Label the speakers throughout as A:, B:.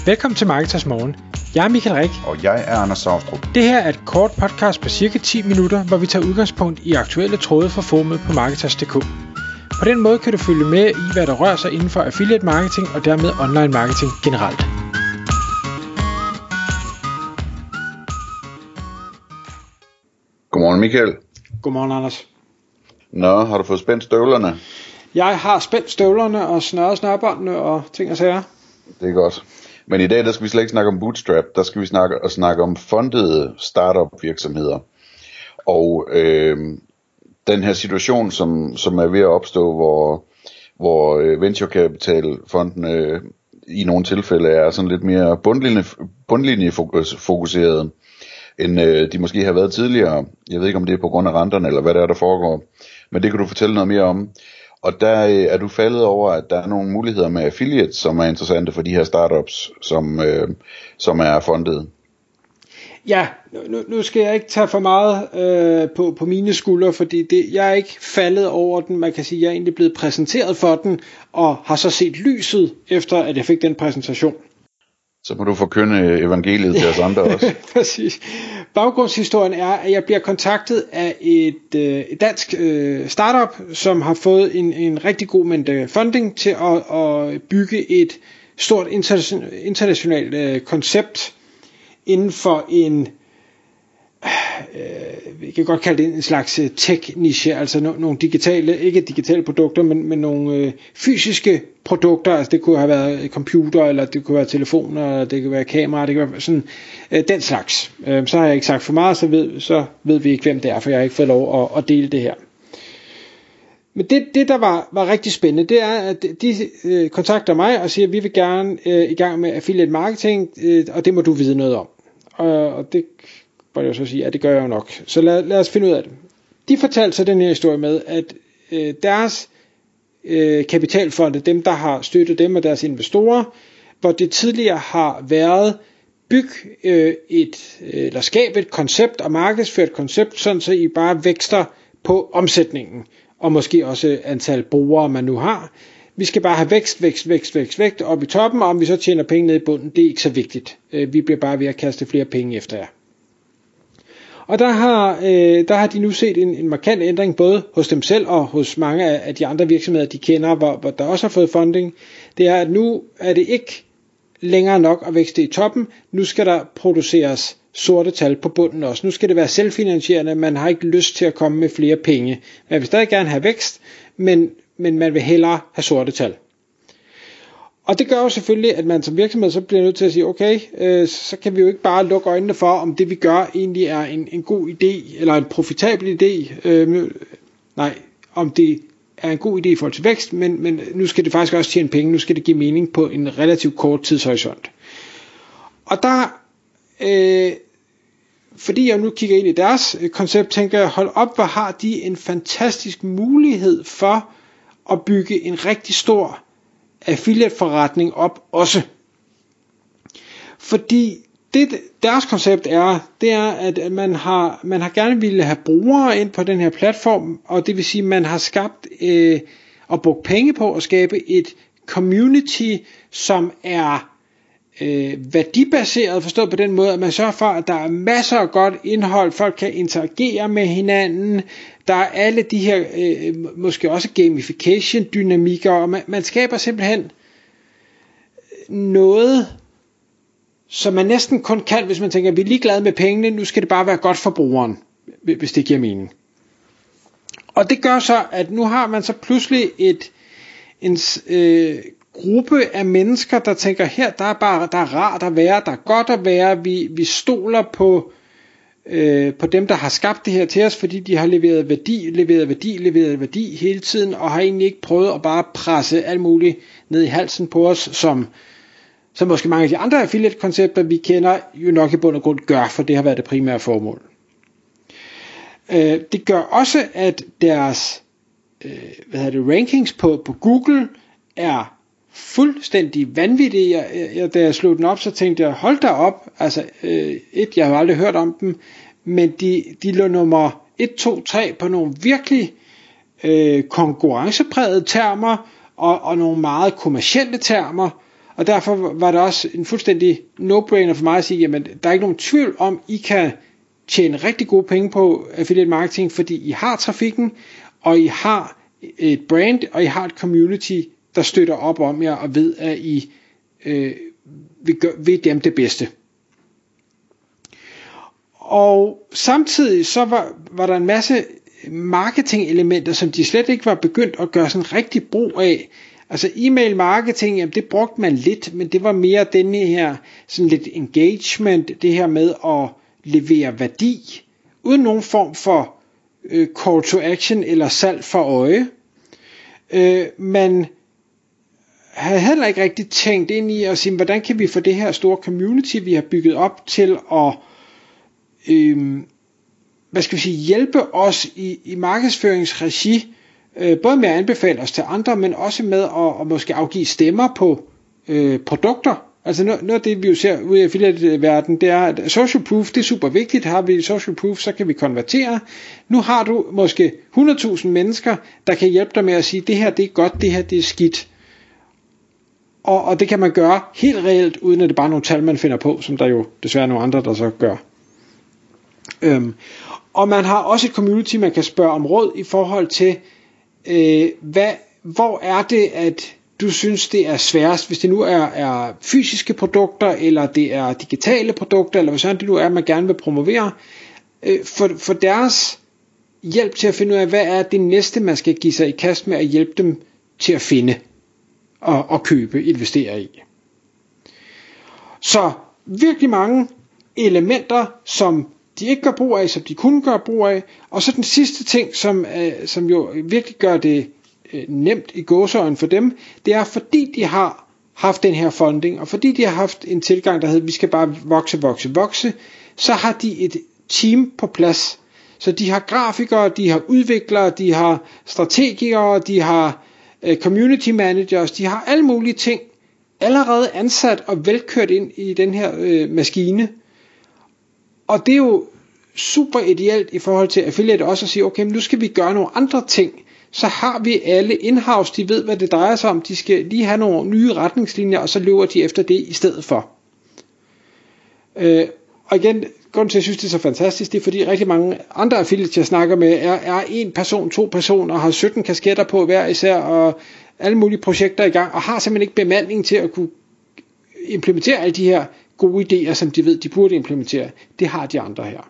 A: Velkommen til Marketers Morgen. Jeg er Michael Rik.
B: Og jeg er Anders Saustrup.
A: Det her er et kort podcast på cirka 10 minutter, hvor vi tager udgangspunkt i aktuelle tråde fra forumet på Marketers.dk. På den måde kan du følge med i, hvad der rører sig inden for affiliate marketing og dermed online marketing generelt.
B: Godmorgen Michael.
A: Godmorgen Anders.
B: Nå, har du fået spændt støvlerne?
A: Jeg har spændt støvlerne og snøret snørbåndene og ting og sager.
B: Det er godt. Men i dag der skal vi slet ikke snakke om bootstrap, der skal vi snakke om fundede startup virksomheder. Og den her situation, som er ved at opstå, hvor venturekapitalfondene i nogle tilfælde er sådan lidt mere bundlinjefokuseret, end de måske har været tidligere. Jeg ved ikke, om det er på grund af renterne, eller hvad der foregår. Men det kan du fortælle noget mere om. Og der er du faldet over, at der er nogle muligheder med affiliates, som er interessante for de her startups, som er fundet.
A: Ja, nu skal jeg ikke tage for meget på mine skuldre, fordi jeg er ikke faldet over den. Man kan sige, at jeg er egentlig blevet præsenteret for den, og har så set lyset, efter at jeg fik den præsentation.
B: Så må du forkynde evangeliet til os andre også.
A: Præcis. Baggrundshistorien er, at jeg bliver kontaktet af et dansk startup, som har fået en rigtig god mængde funding til at bygge et stort internationalt koncept inden for en, vi kan godt kalde det en slags tech-niche, altså nogle digitale, ikke digitale produkter, men nogle fysiske produkter, altså det kunne have været computer, eller det kunne være telefoner, eller det kunne være kamera, det kunne være sådan den slags. Så har jeg ikke sagt for meget, så ved vi ikke, hvem det er, for jeg har ikke fået lov at dele det her. Men det der var rigtig spændende, det er, at de kontakter mig og siger, at vi vil gerne i gang med affiliate marketing, og det må du vide noget om. Og det må jeg så sige, at det gør jeg jo nok. Så lad os finde ud af det. De fortalte så den her historie med, at deres kapitalfonde, dem der har støttet dem og deres investorer, hvor det tidligere har været skab et koncept og markedsføre et koncept, sådan så I bare vækster på omsætningen, og måske også antal brugere man nu har. Vi skal bare have vækst op i toppen, og om vi så tjener penge ned i bunden, det er ikke så vigtigt. Vi bliver bare ved at kaste flere penge efter jer. Og der har de nu set en markant ændring, både hos dem selv og hos mange af de andre virksomheder, de kender, hvor der også har fået funding. Det er, at nu er det ikke længere nok at vækste i toppen. Nu skal der produceres sorte tal på bunden også. Nu skal det være selvfinansierende. Man har ikke lyst til at komme med flere penge. Man vil stadig gerne have vækst, men man vil hellere have sorte tal. Og det gør jo selvfølgelig, at man som virksomhed så bliver nødt til at sige, okay, så kan vi jo ikke bare lukke øjnene for, om det vi gør egentlig er en god idé, eller en profitabel idé. Nej, om det er en god idé i forhold til vækst, men nu skal det faktisk også tjene penge, nu skal det give mening på en relativt kort tidshorisont. Og der, fordi jeg nu kigger ind i deres koncept, tænker jeg, hold op, hvor har de en fantastisk mulighed for at bygge en rigtig stor affiliate forretning op også. Fordi deres koncept det er, at man har gerne ville have brugere ind på den her platform, og det vil sige, at man har skabt og brugt penge på at skabe et community, som er værdibaseret, forstået på den måde, at man sørger for, at der er masser af godt indhold, folk kan interagere med hinanden, der er alle de her måske også gamification dynamikker, og man skaber simpelthen noget, som man næsten kun kan, hvis man tænker, at vi er ligeglade med pengene, nu skal det bare være godt for brugeren, hvis det giver mening. Og det gør så, at nu har man så pludselig en gruppe af mennesker, der tænker, her der er rart at være, der er godt at være, vi stoler på dem, der har skabt det her til os, fordi de har leveret værdi hele tiden, og har egentlig ikke prøvet at bare presse alt muligt ned i halsen på os, som måske mange af de andre affiliate-koncepter, vi kender, jo nok i bund og grund gør, for det har været det primære formål. Det gør også, at deres rankings på Google er fuldstændig vanvittige. Da jeg slog den op, så tænkte jeg, hold da op, altså jeg har aldrig hørt om dem, men de lå nummer 1, 2, 3 på nogle virkelig konkurrenceprægede termer, og nogle meget kommercielle termer, og derfor var det også en fuldstændig no-brainer for mig at sige, jamen der er ikke nogen tvivl om, I kan tjene rigtig gode penge på affiliate marketing, fordi I har trafikken, og I har et brand, og I har et community, der støtter op om jer, og ved, at I vil dem det bedste. Og samtidig så var der en masse marketing-elementer, som de slet ikke var begyndt at gøre sådan rigtig brug af. Altså e-mail marketing, jamen det brugte man lidt, men det var mere denne her sådan lidt engagement, det her med at levere værdi, uden nogen form for call to action eller salg for øje. Man havde heller ikke rigtig tænkt ind i at sige, hvordan kan vi få det her store community, vi har bygget op til at hjælpe os i markedsføringsregi, både med at anbefale os til andre, men også med at måske afgive stemmer på produkter. Altså noget af det, vi jo ser ude i affiliate-verdenen, det er, at social proof, det er super vigtigt. Har vi social proof, så kan vi konvertere. Nu har du måske 100.000 mennesker, der kan hjælpe dig med at sige, det her det er godt, det her det er skidt. Og det kan man gøre helt reelt, uden at det bare er nogle tal, man finder på, som der jo desværre er nogle andre, der så gør. Og man har også et community, man kan spørge om råd i forhold til, hvor er det, at du synes, det er sværest, hvis det nu er fysiske produkter, eller det er digitale produkter, eller hvad sådan det nu er, man gerne vil promovere, for deres hjælp til at finde ud af, hvad er det næste, man skal give sig i kast med at hjælpe dem til at finde og købe, investere i. Så virkelig mange elementer, som de ikke gør brug af, som de kunne gøre brug af. Og så den sidste ting, som jo virkelig gør det nemt i gåseøjne for dem, det er, fordi de har haft den her funding, og fordi de har haft en tilgang, der hedder, vi skal bare vokse, så har de et team på plads. Så de har grafikere, de har udviklere, de har strategikere, de har community managers, de har alle mulige ting allerede ansat og velkørt ind i den her maskine. Og det er jo super ideelt i forhold til affiliate også at sige, okay, men nu skal vi gøre nogle andre ting. Så har vi alle in-house, de ved, hvad det drejer sig om. De skal lige have nogle nye retningslinjer, og så løber de efter det i stedet for. Og igen, grunden til, at jeg synes, det er så fantastisk, det er fordi rigtig mange andre affiliates, jeg snakker med, er en person, 2 personer, har 17 kasketter på hver især, og alle mulige projekter i gang, og har simpelthen ikke bemanding til at kunne implementere alle de her gode idéer, som de ved, de burde implementere. Det har de andre her.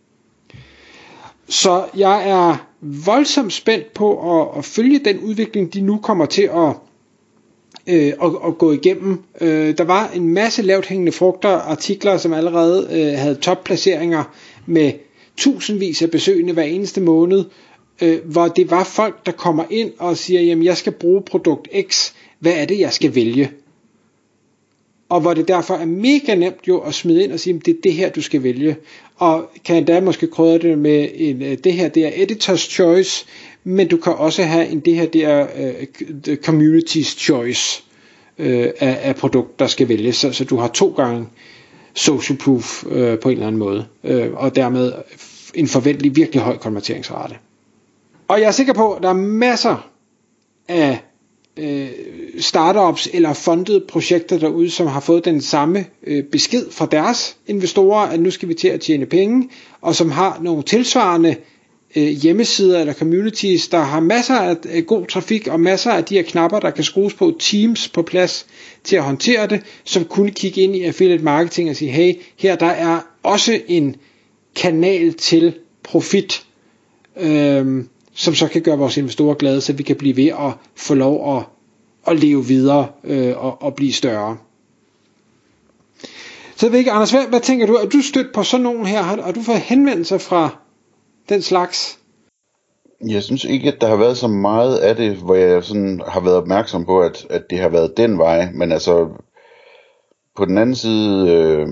A: Så jeg er voldsomt spændt på at følge den udvikling, de nu kommer til at gå igennem. Der var en masse lavt hængende frugter, artikler, som allerede havde topplaceringer med tusindvis af besøgende hver eneste måned, hvor det var folk, der kommer ind og siger, jamen jeg skal bruge produkt X, hvad er det, jeg skal vælge? Og hvor det derfor er mega nemt jo at smide ind og sige, det er det her, du skal vælge. Og kan endda måske krydre det med det her, det er editor's choice, men du kan også have det her, det er community's choice af produkt, der skal vælges. Så du har 2 gange social proof på en eller anden måde, og dermed en forventelig virkelig høj konverteringsrate. Og jeg er sikker på, at der er masser af startups eller fundede projekter derude, som har fået den samme besked fra deres investorer, at nu skal vi til at tjene penge, og som har nogle tilsvarende hjemmesider eller communities, der har masser af god trafik, og masser af de her knapper, der kan skrues på, teams på plads til at håndtere det, som kunne kigge ind i affiliate marketing og sige, hey, her der er også en kanal til profit, som så kan gøre vores investorer glade, så vi kan blive ved at få lov at leve videre og blive større. Så jeg ved ikke, Anders, hvad tænker du? Er du stødt på sådan nogen her? Har du fået henvendelser fra den slags?
B: Jeg synes ikke, at der har været så meget af det, hvor jeg sådan har været opmærksom på, at det har været den vej. Men altså, på den anden side,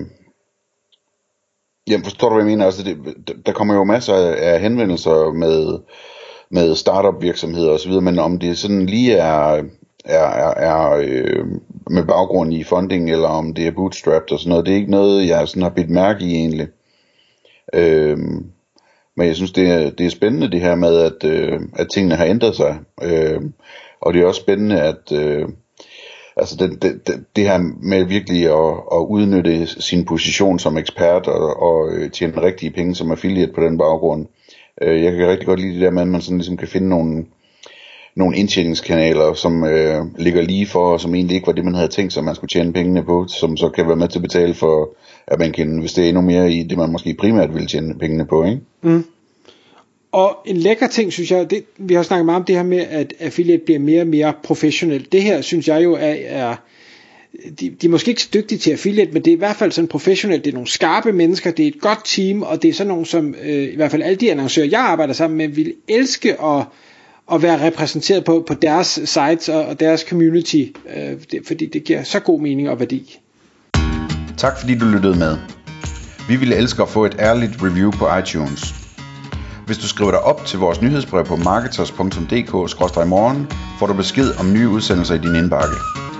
B: jamen forstår du, hvad jeg mener? Altså, der kommer jo masser af henvendelser med startup virksomheder og så videre, men om det sådan lige er med baggrund i funding, eller om det er bootstrapped og sådan noget, det er ikke noget, jeg sådan har bidt mærke i egentlig. Men jeg synes, det er spændende det her med, at tingene har ændret sig. Og det er også spændende, Altså det her med virkelig at udnytte sin position som ekspert og tjene rigtige penge som affiliate på den baggrund. Jeg kan rigtig godt lide det der med, at man sådan ligesom kan finde nogle indtjeningskanaler, som ligger lige for, og som egentlig ikke var det, man havde tænkt sig, man skulle tjene pengene på, som så kan være med til at betale for, at man kan investere endnu mere i det, man måske primært vil tjene pengene på, ikke? Mm.
A: Og en lækker ting, synes jeg, vi har snakket meget om det her med, at affiliate bliver mere og mere professionelt. Det her, synes jeg jo, er de er måske ikke så dygtige til affiliate, men det er i hvert fald sådan professionelt. Det er nogle skarpe mennesker, det er et godt team, og det er sådan nogle, som i hvert fald alle de annoncører, jeg arbejder sammen med, vil elske at være repræsenteret på deres sites og deres community, fordi det giver så god mening og værdi.
B: Tak fordi du lyttede med. Vi ville elske at få et ærligt review på iTunes. Hvis du skriver dig op til vores nyhedsbrev på marketers.dk/morgen, får du besked om nye udsendelser i din indbakke.